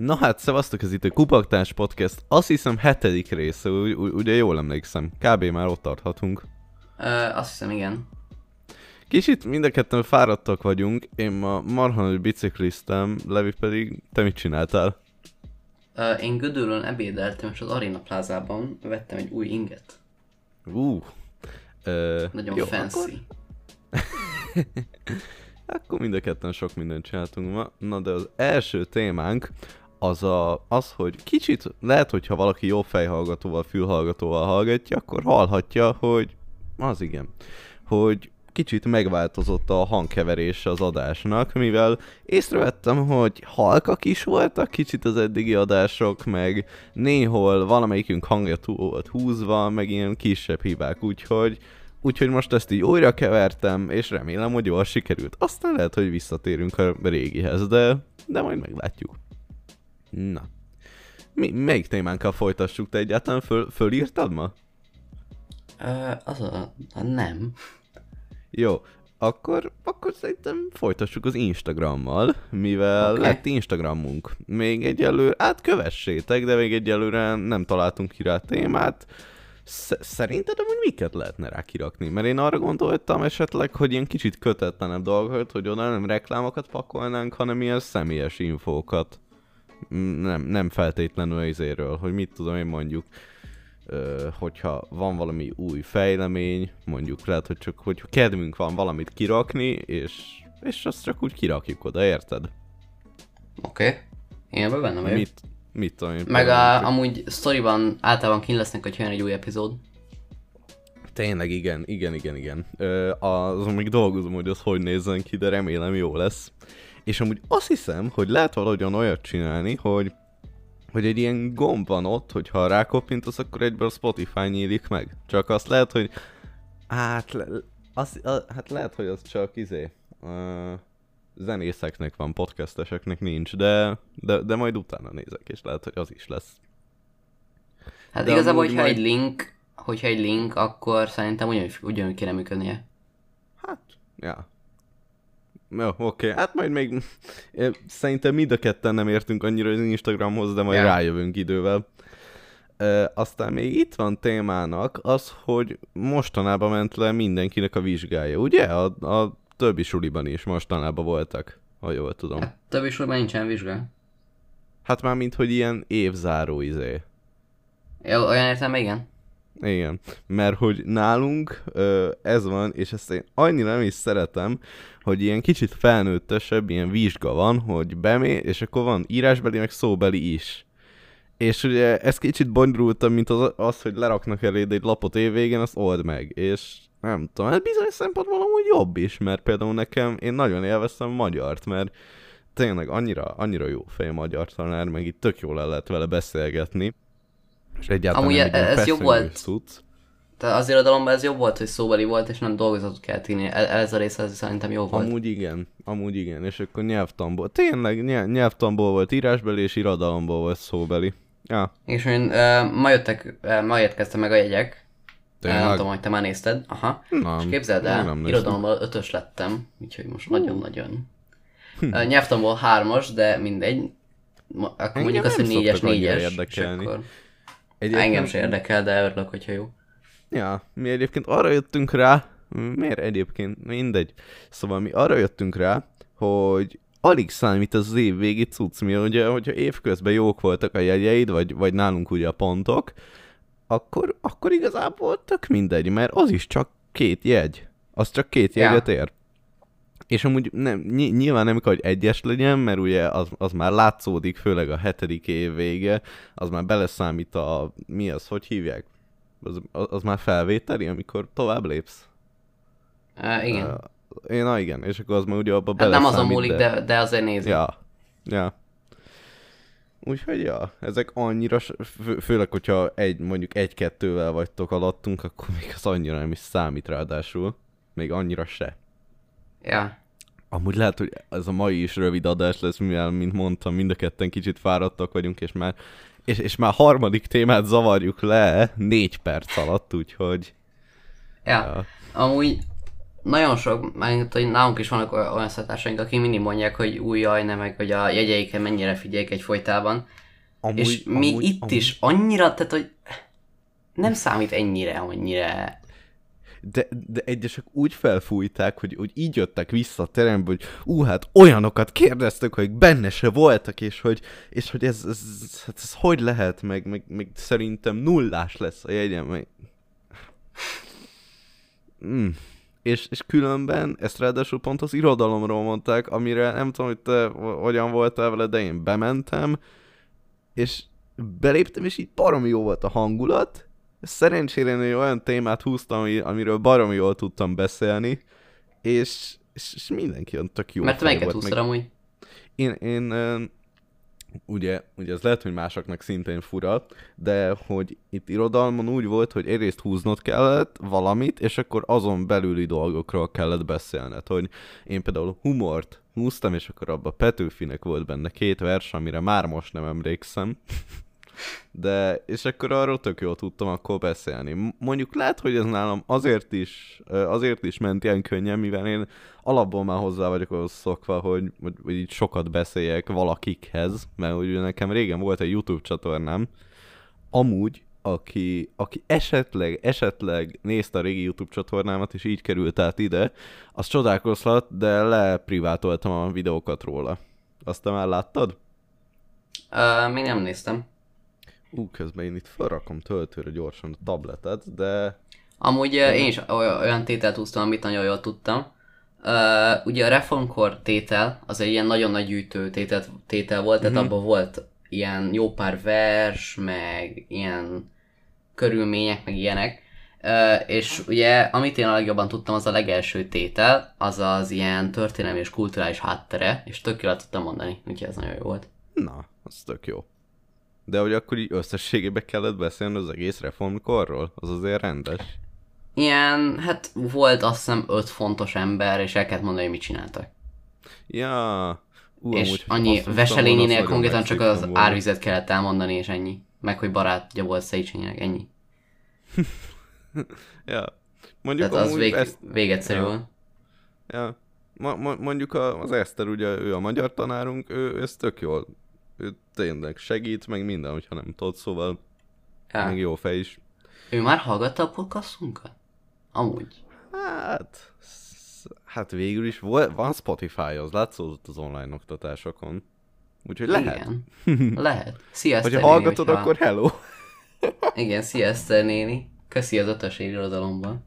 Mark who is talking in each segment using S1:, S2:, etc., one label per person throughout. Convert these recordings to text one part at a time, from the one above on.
S1: Na hát, szevasztok, ez itt a Kupaktás Podcast, azt hiszem 7. része, ugye jól emlékszem, kb. Már ott tarthatunk.
S2: Azt hiszem, igen.
S1: Kicsit mind a ketten fáradtak vagyunk, én ma marha nagy bicikliztem, Levi pedig, te mit csináltál?
S2: Én Gödöllön ebédeltem, és az Arena Plázában vettem egy új inget. Nagyon
S1: jó,
S2: fancy.
S1: Akkor mind a ketten sok mindent csináltunk ma. Na de az első témánk az, hogy kicsit lehet, hogyha valaki jó fejhallgatóval, fülhallgatóval hallgatja, akkor hallhatja, hogy hogy kicsit megváltozott a hangkeverése az adásnak, mivel észrevettem, hogy halkak is voltak kicsit az eddigi adások, meg néhol valamelyikünk hangja túl volt húzva, meg ilyen kisebb hibák, úgyhogy most ezt így újra kevertem, és remélem, hogy jól sikerült. Aztán lehet, hogy visszatérünk a régihez, de majd meglátjuk. Na. Melyik témánkkal folytassuk? Te egyáltalán fölírtad ma?
S2: Nem.
S1: Jó, akkor szerintem folytassuk az Instagrammal, mivel lett Instagramunk. Még egyelőre, kövessétek, de még egyelőre nem találtunk ki rá témát. Szerinted amúgy miket lehetne rá kirakni? Mert én arra gondoltam esetleg, hogy ilyen kicsit kötetlenebb dolgokat, hogy oda nem reklámokat pakolnánk, hanem ilyen személyes infókat. Nem feltétlenül izéről, hogy mit tudom én mondjuk. Hogyha van valami új fejlemény, mondjuk lehet, hogy csak hogyha kedvünk van valamit kirakni, és azt csak úgy kirakjuk oda, érted?
S2: Oké. Én ebben benne vagyok.
S1: Mit tudom én?
S2: Meg amúgy sztoriban általában kint lesznek, hogy jön egy új epizód.
S1: Tényleg, igen. Azon még dolgozom, hogy az hogy nézzen ki, de remélem jó lesz. És amúgy azt hiszem, hogy lehet valahogyan olyat csinálni, hogy egy ilyen gomb van ott, hogyha rákoppintasz, akkor egyből a Spotify nyílik meg. Csak azt lehet, hogy hát lehet, hogy az csak zenészeknek van, podcasteseknek nincs, de majd utána nézek, és lehet, hogy az is lesz.
S2: Hát de igazából, hogyha egy link, akkor szerintem ugyanúgy kéne működnie.
S1: Hát, ja. Jó, oké. Hát majd még szerintem mind a ketten nem értünk annyira az Instagramhoz, de majd rájövünk idővel. Aztán még itt van témának az, hogy mostanában ment le mindenkinek a vizsgája, ugye? A többi suliban is mostanában voltak, ha jól tudom.
S2: Hát többi suliban nincsen vizsga.
S1: Hát már mint hogy ilyen évzáró
S2: Jó, olyan értelme, igen.
S1: Igen, mert hogy nálunk ez van, és ezt én annyira nem is szeretem, hogy ilyen kicsit felnőttesebb, ilyen vizsga van, hogy bemész, és akkor van írásbeli, meg szóbeli is. És ugye ez kicsit bonyolultabb, mint az, hogy leraknak eléd egy lapot évvégén, azt old meg, és nem tudom, ez bizonyos szempontból amúgy jobb is, mert például nekem, én nagyon élveztem a magyart, mert tényleg annyira jó fej a magyar tanár, meg itt tök jól el lehet vele beszélgetni. És egyáltalán
S2: amúgy ez jobb volt.
S1: Szuc.
S2: Tehát az irodalomban ez jobb volt, hogy szóbeli volt, és nem dolgozatot kellett írni. Ez a rész ez szerintem jó volt.
S1: Amúgy igen, és akkor nyelvtanból. Tényleg nyelvtanból volt írásbeli, és irodalomból volt szóbeli. Ja.
S2: És én ma érkeztem meg a jegyek. Nem tudom, hogy te már nézted. Aha.
S1: Nem,
S2: és képzeld el, irodalomból 5-ös lettem, úgyhogy most nagyon-nagyon. Nyelvtanból 3-as, de mindegy. Akkor mondjuk azt, hogy 4-es, és akkor... Engem se érdekel, de örülök, hogyha jó.
S1: Ja, mi egyébként arra jöttünk rá, miért egyébként, mindegy. Szóval mi arra jöttünk rá, hogy alig számít az év végi cucc, mi ugye, hogyha évközben jók voltak a jegyeid, vagy nálunk ugye a pontok, akkor igazából tök mindegy, mert az is csak 2 jegy. Az csak 2 jegyet ér. És amúgy nyilván nem kell, hogy 1-es legyen, mert ugye az már látszódik, főleg a 7. év vége, az már beleszámít mi az, hogy hívják? Az már felvételi, amikor tovább lépsz?
S2: Igen.
S1: Igen, és akkor az már ugye abba
S2: hát
S1: beleszámít.
S2: Nem azon múlik, de azért nézi.
S1: Ja. Úgyhogy ezek annyira, főleg, hogyha mondjuk 1-2-vel vagytok alattunk, akkor még az annyira nem is számít ráadásul. Még annyira se.
S2: Ja.
S1: Amúgy lehet, hogy ez a mai is rövid adás lesz, mivel, mint mondtam, mind a ketten kicsit fáradtak vagyunk, és már harmadik témát zavarjuk le 4 perc alatt, úgyhogy...
S2: Ja. Amúgy nagyon sok, mert hogy nálunk is vannak olyan szatársaink, akik mindig mondják, hogy újjaj, nem meg, hogy a jegyeiken mennyire figyeljek egyfolytában. És még itt is annyira, tehát hogy nem számít ennyire.
S1: De egyesek úgy felfújták, hogy így jöttek vissza a terembe, hogy hát olyanokat kérdeztek, hogy benne se voltak, és hogy ez hogy lehet, meg szerintem nullás lesz a jegyem. És különben ezt ráadásul pont az irodalomról mondták, amire nem tudom, hogy te hogyan voltál vele, de én bementem, és beléptem, és így baromi jó volt a hangulat. Szerencsére én olyan témát húztam, amiről baromi jól tudtam beszélni, és mindenki olyan tök jó.
S2: Mert te melyiket húztad amúgy?
S1: Én ugye ez lehet, hogy másoknak szintén fura, de hogy itt irodalmon úgy volt, hogy egyrészt húznod kellett valamit, és akkor azon belüli dolgokról kellett beszélned. Hogy én például humort húztam, és akkor abban Petőfinek volt benne 2 vers, amire már most nem emlékszem. De, és akkor arról tök jól tudtam akkor beszélni. Mondjuk lehet, hogy ez nálam azért is ment ilyen könnyen, mivel én alapból már hozzá vagyok ahhoz szokva, hogy így sokat beszéljek valakikhez, mert ugye nekem régen volt egy YouTube csatornám, amúgy, aki esetleg nézte a régi YouTube csatornámat, és így került át ide, az csodálkozhat, de leprivátoltam a videókat róla. Azt te már láttad?
S2: Még nem néztem.
S1: Közben én itt felrakom töltőre gyorsan a tabletet, de...
S2: Amúgy én is olyan tételt húztam, amit nagyon jól tudtam. Ugye a reformkor tétel, az egy ilyen nagyon nagy gyűjtő tétel volt, tehát abban volt ilyen jó pár vers, meg ilyen körülmények, meg ilyenek. És ugye, amit én a legjobban tudtam, az a legelső tétel, az az ilyen történelmi és kulturális háttere, és tök jól tudtam mondani, úgyhogy ez nagyon jó volt.
S1: Na, az tök jó. De hogy akkor így összességében kellett beszélni az egész reformkorról? Az azért rendes.
S2: Ilyen, hát volt azt hiszem 5 fontos ember, és el kellett mondani, hogy mit csináltak.
S1: Ja...
S2: És amúgy, annyi Veselényinél konkrétan csak az árvizet kellett elmondani, és ennyi. Meg hogy barátja volt Széchenyinek, ennyi.
S1: Ja. Mondjuk
S2: tehát az végegyszerű volt.
S1: Ja. Mondjuk az Eszter, ugye ő a magyar tanárunk, ő ez tök jól. Ő tényleg segít, meg minden, hogyha nem tudod, szóval még jó fej is.
S2: Ő már hallgatta a podcastunkat? Amúgy.
S1: Hát végül is van Spotify, az látszódott az online oktatásokon. Úgyhogy lehet.
S2: Igen. Lehet. Szia, Eszter
S1: néni, hallgatod, akkor hello.
S2: Igen, szia, Eszter néni. Köszi az 5-ös irodalomban.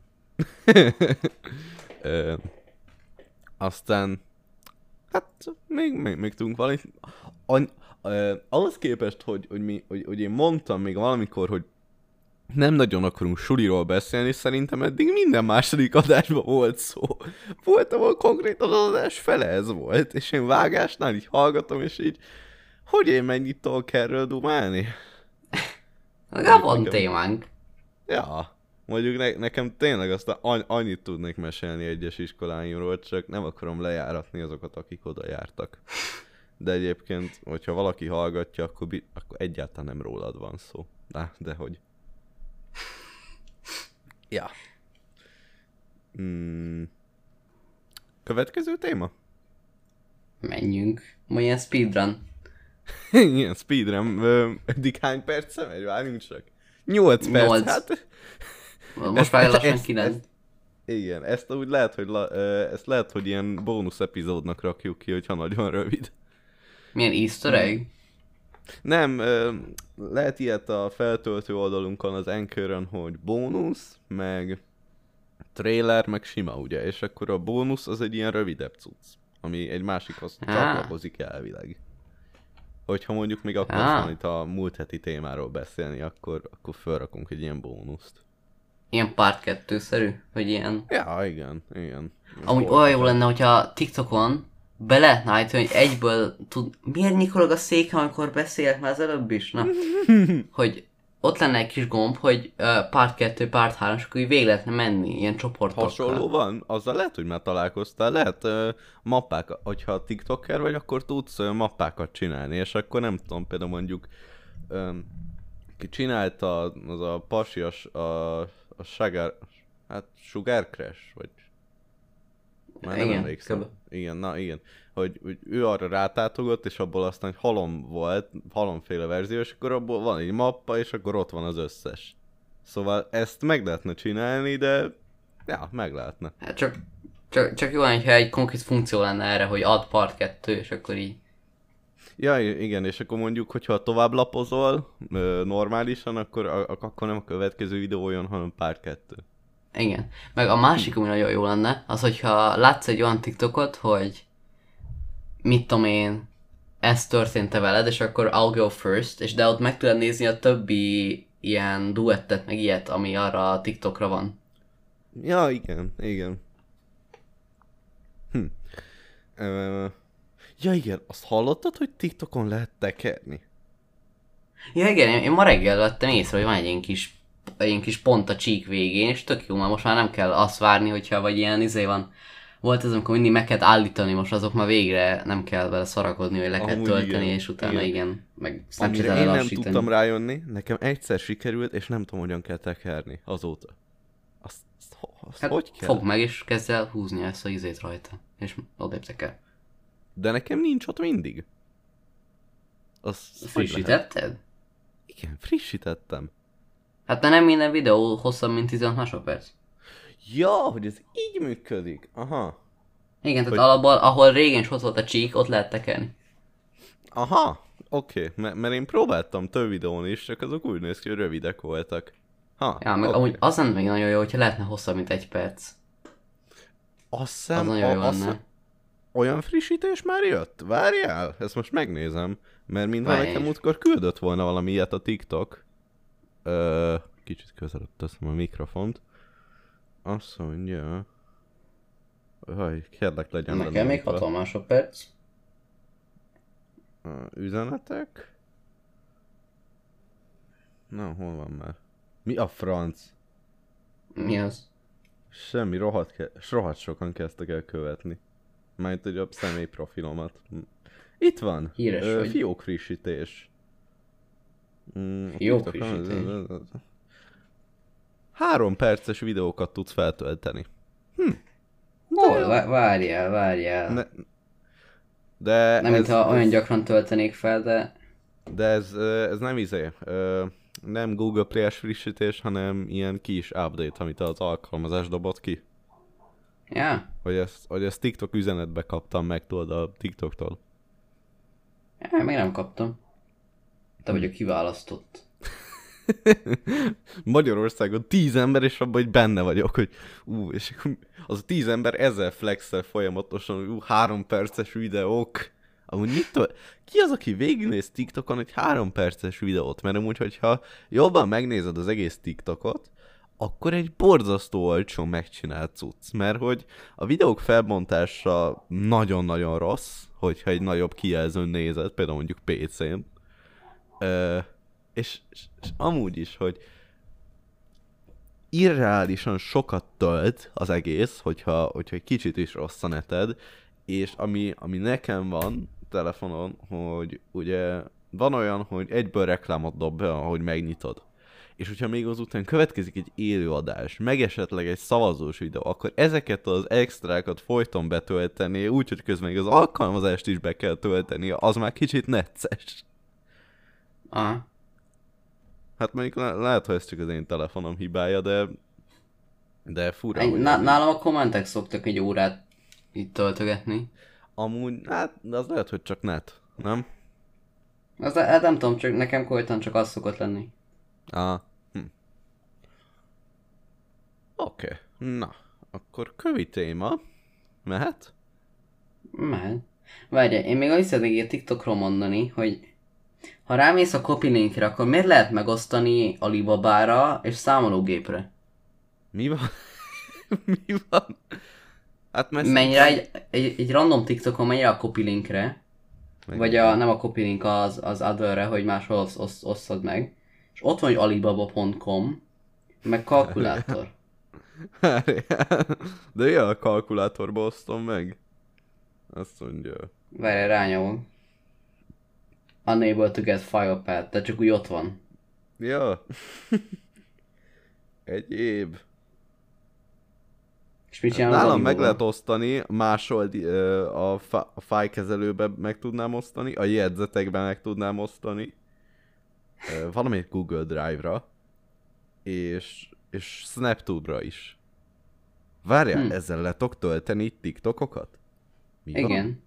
S1: Aztán hát még tudunk valamit. Ahhoz képest, hogy én mondtam még valamikor, hogy nem nagyon akarunk suliról beszélni, szerintem eddig minden második adásban volt szó. Volt, ahol konkrétan az adás fele ez volt, és én vágásnál így hallgatom, és így, hogy én mennyit tudok erről dumálni?
S2: Van témánk.
S1: Ja, mondjuk nekem tényleg aztán annyit tudnék mesélni egyes iskoláimról, csak nem akarom lejáratni azokat, akik oda jártak. De egyébként, hogyha valaki hallgatja, akkor egyáltalán nem rólad van szó. De hogy... Ja. Következő téma?
S2: Menjünk. Ma ilyen speedrun.
S1: Ilyen speedrun. Eddig hány perce megy? Várjunk csak. 8 perc.
S2: 8. Hát... Most már lassan 9.
S1: Igen, ezt úgy lehet, hogy ilyen bónusz epizódnak rakjuk ki, hogyha nagyon rövid.
S2: Milyen easter egg?
S1: Nem, lehet ilyet a feltöltő oldalunkon az Anchor-on, hogy bónusz, meg trailer, meg sima, ugye? És akkor a bónusz az egy ilyen rövidebb cucc, ami egy másikhoz csatlakozik elvileg. Hogyha mondjuk még akarsz itt a múlt heti témáról beszélni, akkor felrakunk egy ilyen bónuszt.
S2: Ilyen part 2-szerű? Hogy ilyen...
S1: Ja, igen.
S2: Amúgy olyan jó lenne, hogyha TikTokon be lehetne állítani, hogy egyből tud... Miért nyikorog a székem, amikor beszélek már az előbb is? Na, hogy ott lenne egy kis gomb, hogy part 2, part 3, és akkor így végig lehetne menni, ilyen csoportokkal.
S1: Hasonló van? Azzal lehet, hogy már találkoztál. Lehet mappák, hogyha TikToker vagy, akkor tudsz mappákat csinálni, és akkor nem tudom, például mondjuk ki csinálta az a pasi, a Sugar Crash, vagy Már nem emlékszem. Igen, na igen. Hogy ő arra rátátogott, és abból aztán egy halom volt, halomféle verzió, és akkor abból van egy mappa, és akkor ott van az összes. Szóval ezt meg lehetne csinálni, de ja, meg lehetne.
S2: Hát csak jó, hogyha egy konkrét funkció lenne erre, hogy add part 2, és akkor így.
S1: Ja, igen, és akkor mondjuk, hogyha tovább lapozol normálisan, akkor nem a következő videó jön, hanem part 2.
S2: Igen. Meg a másik, ami nagyon jó lenne, az, hogyha látsz egy olyan TikTokot, hogy mit tudom én, ez történt-e veled, és akkor I'll go first, és de ott meg tudod nézni a többi ilyen duettet, meg ilyet, ami arra a TikTokra van.
S1: Ja, igen. Ja igen, azt hallottad, hogy TikTokon lehet tekerni?
S2: Ja igen, én ma reggel vettem észre, hogy van egy ilyen kis pont a csík végén, és tök jó, mert most már nem kell azt várni, hogyha vagy ilyen van. Volt ez, amikor mindig meg kellett állítani, most azok már végre nem kell vele szarakodni, hogy le kell tölteni, igen, és utána igen meg
S1: Snapchat-el én nem tudtam rájönni, nekem egyszer sikerült, és nem tudom, hogyan kell tekerni azóta. Azt hát hogy kell?
S2: Fogd meg, és kezdj el húzni ezt a rajta, és odébb teker.
S1: De nekem nincs ott mindig.
S2: Frissítetted?
S1: Igen, frissítettem.
S2: Hát de nem minden videó hosszabb, mint 15 másodperc.
S1: Ja, hogy ez így működik. Aha.
S2: Igen, tehát alapból, ahol régen is ott volt a csík, ott lehet tekerni.
S1: Aha, oké. Mert én próbáltam több videón is, csak azok úgy néz ki, hogy rövidek voltak.
S2: Ha, ja, meg amúgy az lenne még nagyon jó, hogyha lehetne hosszabb, mint 1 perc.
S1: Azt hiszem, olyan frissítés már jött? Várjál, ezt most megnézem. Mert mintha nekem múltkor küldött volna valami ilyet a TikTok. Kicsit közelebb teszem a mikrofont. Azt mondja... kérlek legyen.
S2: Nekem még 60 másodperc.
S1: Üzenetek? Na, hol van már? Mi a franc?
S2: Mi az?
S1: Semmi, rohadt sokan kezdtek el követni. Mármint, hogy a személy profilomat. Itt van.
S2: Híres
S1: fiók frissítés.
S2: Fiók frissítés?
S1: 3 perces videókat tudsz feltölteni.
S2: Várjál.
S1: De
S2: nem, mintha olyan gyakran töltenék fel, de...
S1: De ez nem nem Google Play-es frissítés, hanem ilyen kis update, amit az alkalmazás dobott ki.
S2: Ja.
S1: Hogy ezt TikTok üzenetbe kaptam meg, tudod, a TikToktól.
S2: Ja, még nem kaptam. Te vagy a kiválasztott.
S1: Magyarországon 10 ember, és abban hogy benne vagyok, hogy és az a 10 ember ezzel flexel folyamatosan, hogy 3 perces videók. Amúgy ki az, aki végignéz TikTokon egy 3 perces videót? Mert amúgy, hogyha jobban megnézed az egész TikTokot, akkor egy borzasztó olcsó megcsinált cucc. Mert hogy a videók felbontása nagyon-nagyon rossz, hogyha egy nagyobb kijelzőn nézed, például mondjuk PC-n. És amúgy is, hogy irreálisan sokat tölt az egész, hogyha egy kicsit is rossz a neted, és ami nekem van telefonon, hogy ugye van olyan, hogy egyből reklámot dob be, ahogy megnyitod. És hogyha még azután következik egy élőadás, meg esetleg egy szavazós videó, akkor ezeket az extrákat folyton betölteni, úgyhogy közben még az alkalmazást is be kell tölteni, az már kicsit necces.
S2: Aha.
S1: Hát mondjuk lehet, hogy ez csak az én telefonom hibája, de fura.
S2: Nálam a kommentek szoktak egy órát itt töltögetni.
S1: Amúgy, hát az lehet, hogy csak net, nem?
S2: Hát nem tudom, csak nekem folyton csak az szokott lenni.
S1: Oké. Na, akkor kövi téma. Mehet?
S2: Mehet. Várjál, én még azt szeretnék a TikTokról mondani, hogy ha rámész a copy linkre, akkor miért lehet megosztani Alibabára és számológépre?
S1: Mi van? Mi van? Hát
S2: menj rá egy random TikTokon, menj rá a copy linkre, vagy nem a copy link, az otherre, hogy máshol osszad meg, és ott van, hogy alibaba.com, meg kalkulátor.
S1: De ilyen a kalkulátorba osztom meg? Azt mondja.
S2: Várjál, rányomom. Unable to get file path, de csak úgy ott van.
S1: Ja. Egyéb.
S2: És mit csinálom?
S1: Nálam meg lehet osztani, máshol a fájlkezelőben meg tudnám osztani, a jegyzetekben meg tudnám osztani, valamelyik Google Drive-ra, és SnapTube-ra is. Várjál, ezzel le tudok tölteni TikTokokat?
S2: Igen.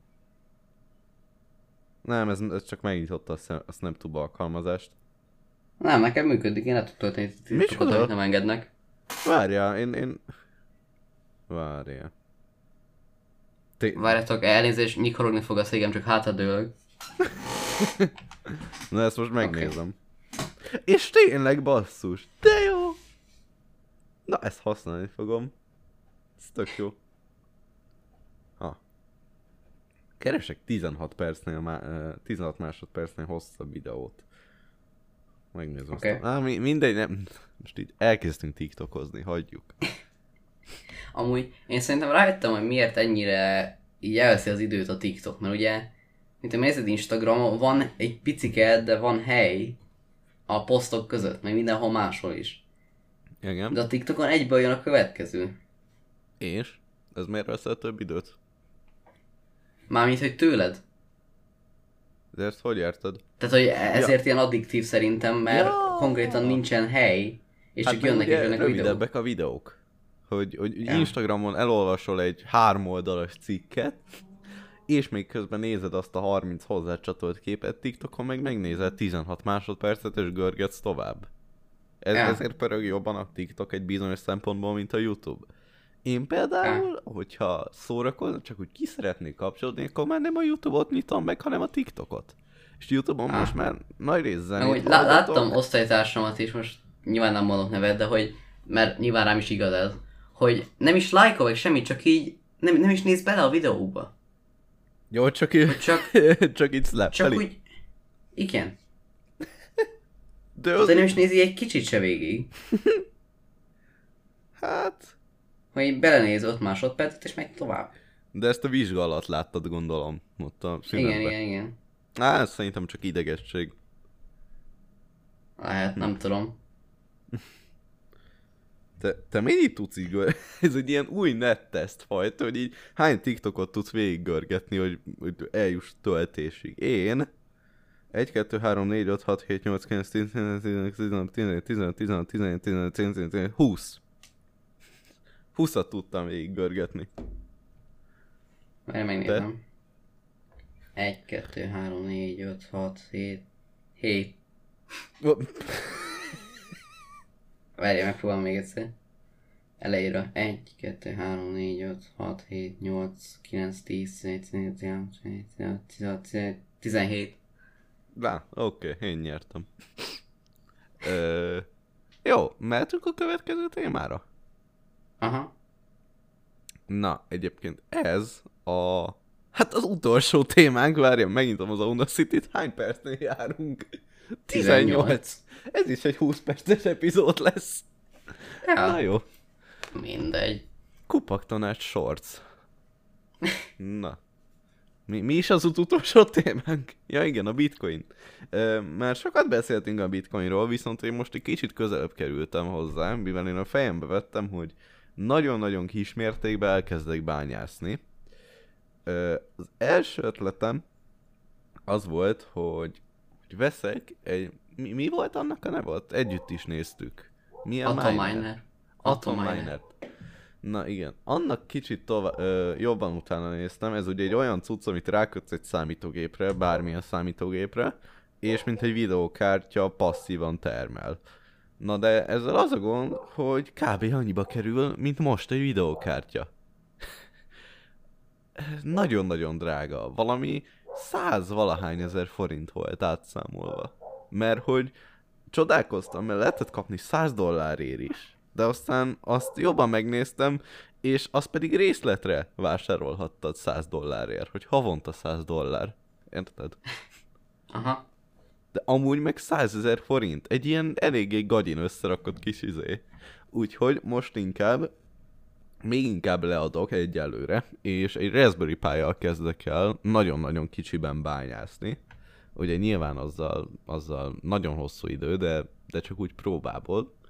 S1: Nem, ez csak megnyitotta a SnapTube alkalmazást.
S2: Nem, nekem működik, én le tudok tölteni TikTokot, amit nem engednek.
S1: Várjál, én... Várjál.
S2: Várjátok, elnézést, nyikorogni fog a szégem, csak hátradőlök.
S1: Na ezt most megnézem. Okay. És tényleg basszus, de jó! Na ezt használni fogom. Ez tök jó. Keresek 16 másodpercnél hosszabb videót. Megnézem azt. Mindegy, nem. Most így elkezdtünk TikTokozni, hagyjuk.
S2: Amúgy én szerintem rájöttem, hogy miért ennyire így elveszi az időt a TikTok, mert ugye, mint a nézed Instagramon, van egy picike, de van hely a posztok között, meg mindenhol máshol is.
S1: Igen.
S2: De a TikTokon egyből jön a következő.
S1: És? Ez miért veszel több időt?
S2: Mármint, hogy tőled.
S1: De ezt hogy érted?
S2: Tehát, hogy ezért ilyen addiktív szerintem, mert konkrétan nincsen hely, és csak jönnek és jönnek a videók.
S1: Rövidebbek a videók. Hogy Instagramon elolvasol egy 3 oldalas cikket, és még közben nézed azt a 30 hozzácsatolt képet, TikTokon meg megnézed 16 másodpercet, és görgetsz tovább. Ezért pörög jobban a TikTok egy bizonyos szempontból, mint a YouTube. Én például, hogyha szórakozom, csak úgy ki szeretnék kapcsolódni, akkor már nem a YouTube-ot nyitom meg, hanem a TikTokot. És YouTube-on most már nagy rész zenét
S2: láttam osztálytársamat is, most nyilván nem mondok nevet, de hogy, mert nyilván rám is igaz ez, hogy nem is lájkol, vagy semmit, csak így nem is néz bele a videóba.
S1: Jó, csak így szleppeli.
S2: Csak úgy, igen.
S1: De
S2: nem is nézi egy kicsit se végig.
S1: Hát...
S2: Hogy így belenéz 5 másodpercet, és megy tovább.
S1: De ezt a vizsga alatt láttad, gondolom. Ott a
S2: igen.
S1: Ez szerintem csak idegesség.
S2: Lehet, nem tudom.
S1: Te mennyit tudsz így Ez egy ilyen új netteszt fajta, hogy így hány TikTokot tudsz végiggörgetni, hogy eljuss töltésig. Én 1, 2, 3, 4, 5, 6, 7, 8, 9, 10, 11, 15, 16, 20. 20-at tudtam végiggörgetni.
S2: Már megnézem. 1, 2, 3, 4, 5, 6, 7. Várjál, megpróbálom még egyszer. Elejére. 1, 2, 3, 4, 5, 6, 7, 8, 9, 10, 11, 16, 17.
S1: Na, oké, én nyertem. Jó, mehetünk a következő témára?
S2: Aha.
S1: Na, egyébként ez hát az utolsó témánk, várjam, megnyitom az Audacity-t, hány percnél járunk? 18. Ez is egy 20 perces epizód lesz.
S2: Ja.
S1: Na jó.
S2: Mindegy.
S1: Kupaktanács shorts. Na. Mi is az utolsó témánk? Ja igen, a bitcoin. Már sokat beszéltünk a bitcoinról, viszont én most egy kicsit közelebb kerültem hozzá, mivel én a fejembe vettem, hogy nagyon-nagyon kis mértékben elkezdek bányászni. Az első ötletem az volt, hogy veszek egy... Mi volt annak a neve? Együtt is néztük. Milyen
S2: Atominer.
S1: Atominer. Na igen, annak kicsit jobban utána néztem, ez ugye egy olyan cucc, amit rákötsz egy számítógépre, bármilyen számítógépre, és mint egy videókártya passzívan termel. Na de ezzel az a gond, hogy kb. Annyiba kerül, mint most egy videókártya. Nagyon-nagyon drága, valami 100 valahány ezer forint volt átszámolva. Mert hogy csodálkoztam, mert lehetett kapni $100 is. De aztán azt jobban megnéztem, és azt pedig részletre vásárolhattad $100, hogy havonta $100. Érted?
S2: Aha.
S1: De amúgy meg 100 000 forint. Egy ilyen eléggé gagyin összerakott kis izé. Úgyhogy most még inkább leadok egyelőre, és egy Raspberry Pi-jal kezdek el nagyon-nagyon kicsiben bányászni. Ugye nyilván azzal nagyon hosszú idő, de csak úgy próbából.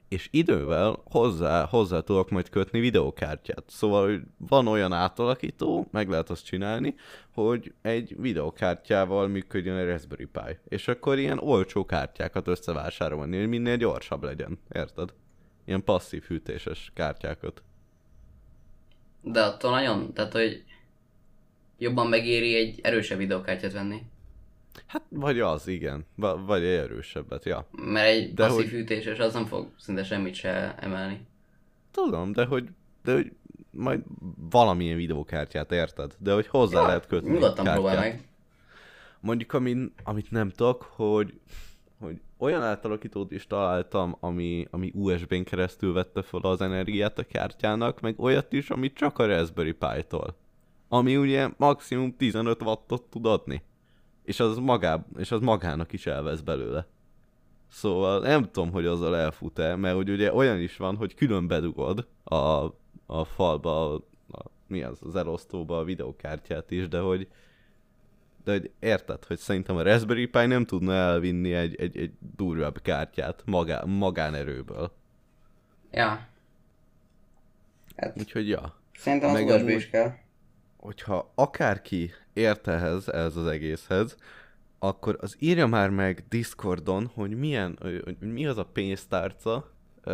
S1: és idővel hozzá tudok majd kötni videokártyát. Szóval hogy van olyan átalakító, meg lehet azt csinálni, hogy egy videokártyával működjön a Raspberry Pi. És akkor ilyen olcsó kártyákat összevásárolni, hogy minél gyorsabb legyen, érted? Ilyen passzív hűtéses kártyákat.
S2: De attól nagyon, tehát hogy jobban megéri egy erősebb videokártyát venni.
S1: Hát, vagy az, igen. Vagy egy erősebbet, ja.
S2: Mert egy passzív hűtéses az nem fog szinte semmit se emelni.
S1: Tudom, de hogy majd valamilyen videokártyát, érted? De hogy hozzá lehet kötni.
S2: Nyugodtan próbálj meg.
S1: Mondjuk, amit nem tudok, hogy olyan átalakítót is találtam, ami USB-n keresztül vette fel az energiát a kártyának, meg olyat is, amit csak a Raspberry Pi-tól. Ami ugye maximum 15 wattot tud adni. És az magának is elvesz belőle. Szóval nem tudom, hogy azzal elfut-e, mert hogy ugye olyan is van, hogy külön bedugod a falba, az elosztóba a videokártyát is, de hogy érted, hogy szerintem a Raspberry Pi nem tudna elvinni egy durvább kártyát magánerőből.
S2: Ja.
S1: Hát, úgyhogy ja.
S2: Szerintem az USB is kell.
S1: Hogyha akárki ért ehhez az egészhez, akkor az írja már meg Discordon, hogy mi az a pénztárca,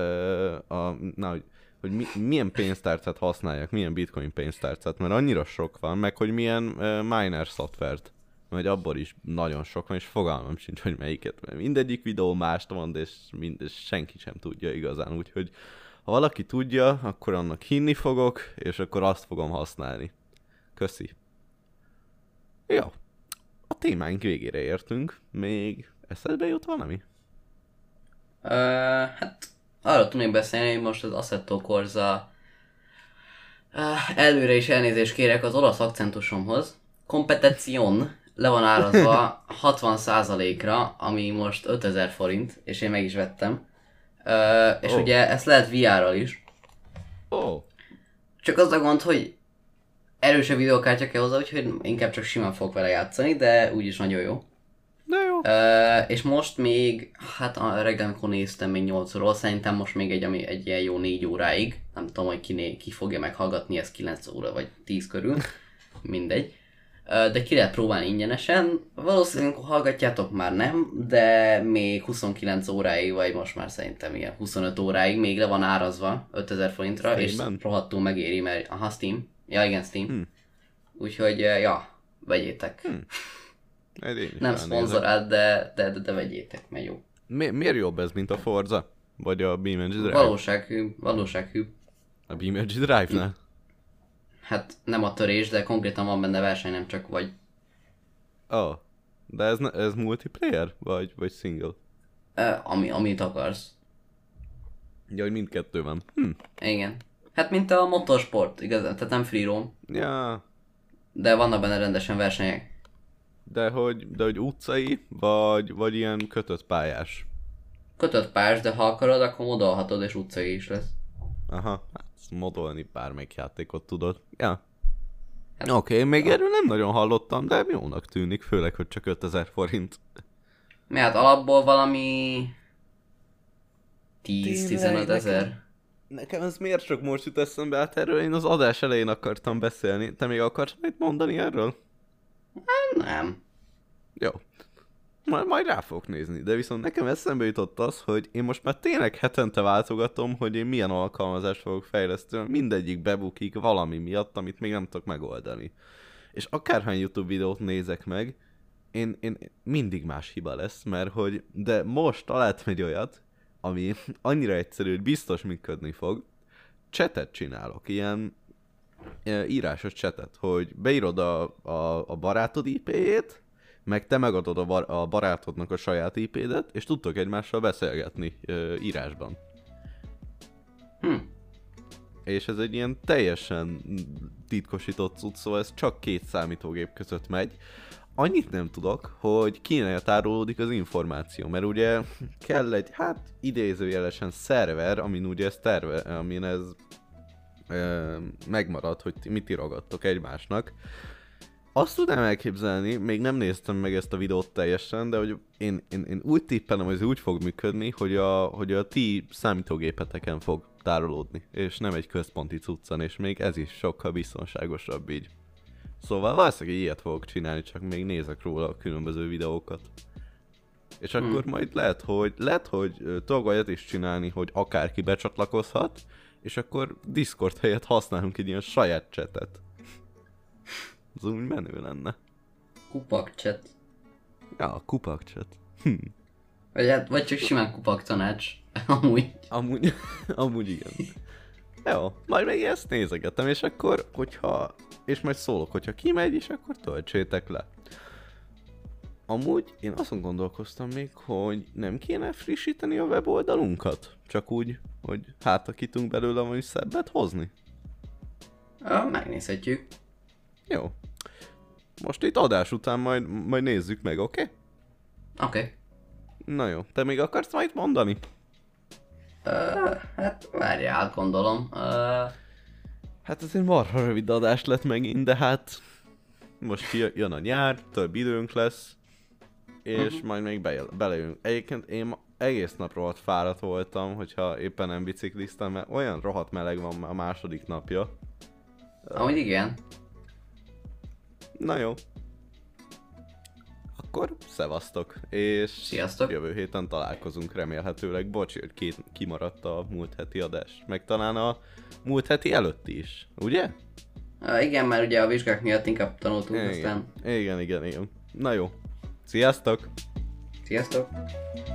S1: hogy milyen pénztárcát használják, milyen bitcoin pénztárcát, mert annyira sok van, meg hogy milyen miner szoftvert, mert abból is nagyon sok van, és fogalmam sincs, hogy melyiket, mert mindegyik videó mást van, és senki sem tudja igazán, úgyhogy ha valaki tudja, akkor annak hinni fogok, és akkor azt fogom használni. Köszi. Jó. A témáink végére értünk. Még eszedbe jut valami?
S2: Hát arra tudnék beszélni, hogy most az Assetto Corsa előre is elnézést kérek az olasz akcentusomhoz. Competition le van árazva 60%-ra, ami most 5000 forint, és én meg is vettem. És ugye ezt lehet VR-ral is. Csak az a gond, hogy erősebb videokártya kell hozzá, úgyhogy inkább csak simán fogok vele játszani, de úgyis nagyon jó.
S1: De jó.
S2: És most még, hát a reggel, amikor néztem még 8 óról, szerintem most még egy ilyen jó 4 óráig. Nem tudom, hogy ki fogja meghallgatni, ez 9 óra vagy 10 körül. Mindegy. De ki lehet próbálni ingyenesen. Valószínűleg hallgatjátok már nem, de még 29 óráig, vagy most már szerintem ilyen 25 óráig még le van árazva 5000 forintra, Steamben? És rohadtul megéri, mert aha, Steam. Ja, igen, Steam. Úgyhogy, ja, vegyétek. Nem szponzorált, de vegyétek, mert jó.
S1: Miért jobb ez, mint a Forza? Vagy a BeamNG Drive?
S2: Valósághű.
S1: A BeamNG Drive-nál?
S2: Hát nem a törés, de konkrétan van benne verseny, nem csak vagy.
S1: De ez multiplayer? Vagy single?
S2: Amit akarsz.
S1: Ja, hogy mindkettő van.
S2: Igen. Hát mint a motorsport, igazán, tehát nem free roam.
S1: Ja.
S2: De vannak benne rendesen versenyek.
S1: De hogy utcai, vagy ilyen kötött pályás?
S2: Kötött pályás, de ha akarod, akkor modolhatod, és utcai is lesz.
S1: Aha, hát modolni bármelyik játékot tudod. Ja. Hát, Oké, még erről nem nagyon hallottam, de jónak tűnik, főleg, hogy csak 5000 forint.
S2: Mi hát alapból valami 10-15 ezer.
S1: Nekem ez miért csak most jut eszembe, hát erről én az adás elején akartam beszélni. Te még akarsz majd mondani erről?
S2: Nem.
S1: Jó. Majd rá fogok nézni, de viszont nekem eszembe jutott az, hogy én most már tényleg hetente váltogatom, hogy én milyen alkalmazást fogok fejleszteni, mindegyik bebukik valami miatt, amit még nem tudok megoldani. És akárhány YouTube videót nézek meg, én mindig más hiba lesz, mert hogy, de most találtam egy olyat, ami annyira egyszerű, hogy biztos működni fog. Chatet csinálok, ilyen írásos chatet, hogy beírod a barátod IP-jét, meg te megadod a barátodnak a saját IP-det, és tudtok egymással beszélgetni írásban. És ez egy ilyen teljesen titkosított cucc, szóval ez csak 2 számítógép között megy. Annyit nem tudok, hogy kinél tárolódik az információ, mert ugye kell egy, hát idézőjelesen szerver, amin ez megmarad, hogy mit írogattok egymásnak. azt tudnám elképzelni, még nem néztem meg ezt a videót teljesen, de hogy én úgy tippelem, hogy ez úgy fog működni, hogy a ti számítógépeteken fog tárolódni, és nem egy központi cuccon, és még ez is sokkal biztonságosabb így. Szóval valószínűleg ilyet fogok csinálni, csak még nézek róla a különböző videókat. És akkor majd lehet, hogy tudok olyat is csinálni, hogy akárki becsatlakozhat, és akkor Discord helyett használunk egy ilyen saját chatet. Az úgy menő lenne.
S2: Kupak chat.
S1: Ja, kupak chat.
S2: Vagy csak simán kupak tanács.
S1: Amúgy igen. Jó, majd még ezt nézegetem, és akkor, és majd szólok, hogyha kimegy, és akkor töltsétek le. Amúgy én azon gondolkoztam még, hogy nem kéne frissíteni a weboldalunkat? Csak úgy, hogy hát ki tudunk belőle valami szebbet hozni?
S2: Megnézhetjük.
S1: Jó. Most itt adás után majd nézzük meg, oké?
S2: Oké.
S1: Na jó, te még akarsz majd mondani?
S2: Hát várjál, gondolom.
S1: Hát ez egy marha rövid adás lett megint, de hát most jön a nyár, több időnk lesz, és majd még belejövünk. Egyébként én egész nap rohadt fáradt voltam, hogyha éppen nem bicikliztem, mert olyan rohadt meleg van a második napja.
S2: Amúgy igen.
S1: Na jó. Akkor szevasztok, és
S2: sziasztok.
S1: Jövő héten találkozunk remélhetőleg. Bocs, hogy kimaradt a múlt heti adás. Meg talán a múlt heti előtti is, ugye?
S2: Igen, mert ugye a vizsgák miatt inkább tanultunk, aztán...
S1: Igen. Na jó. Sziasztok!
S2: Sziasztok!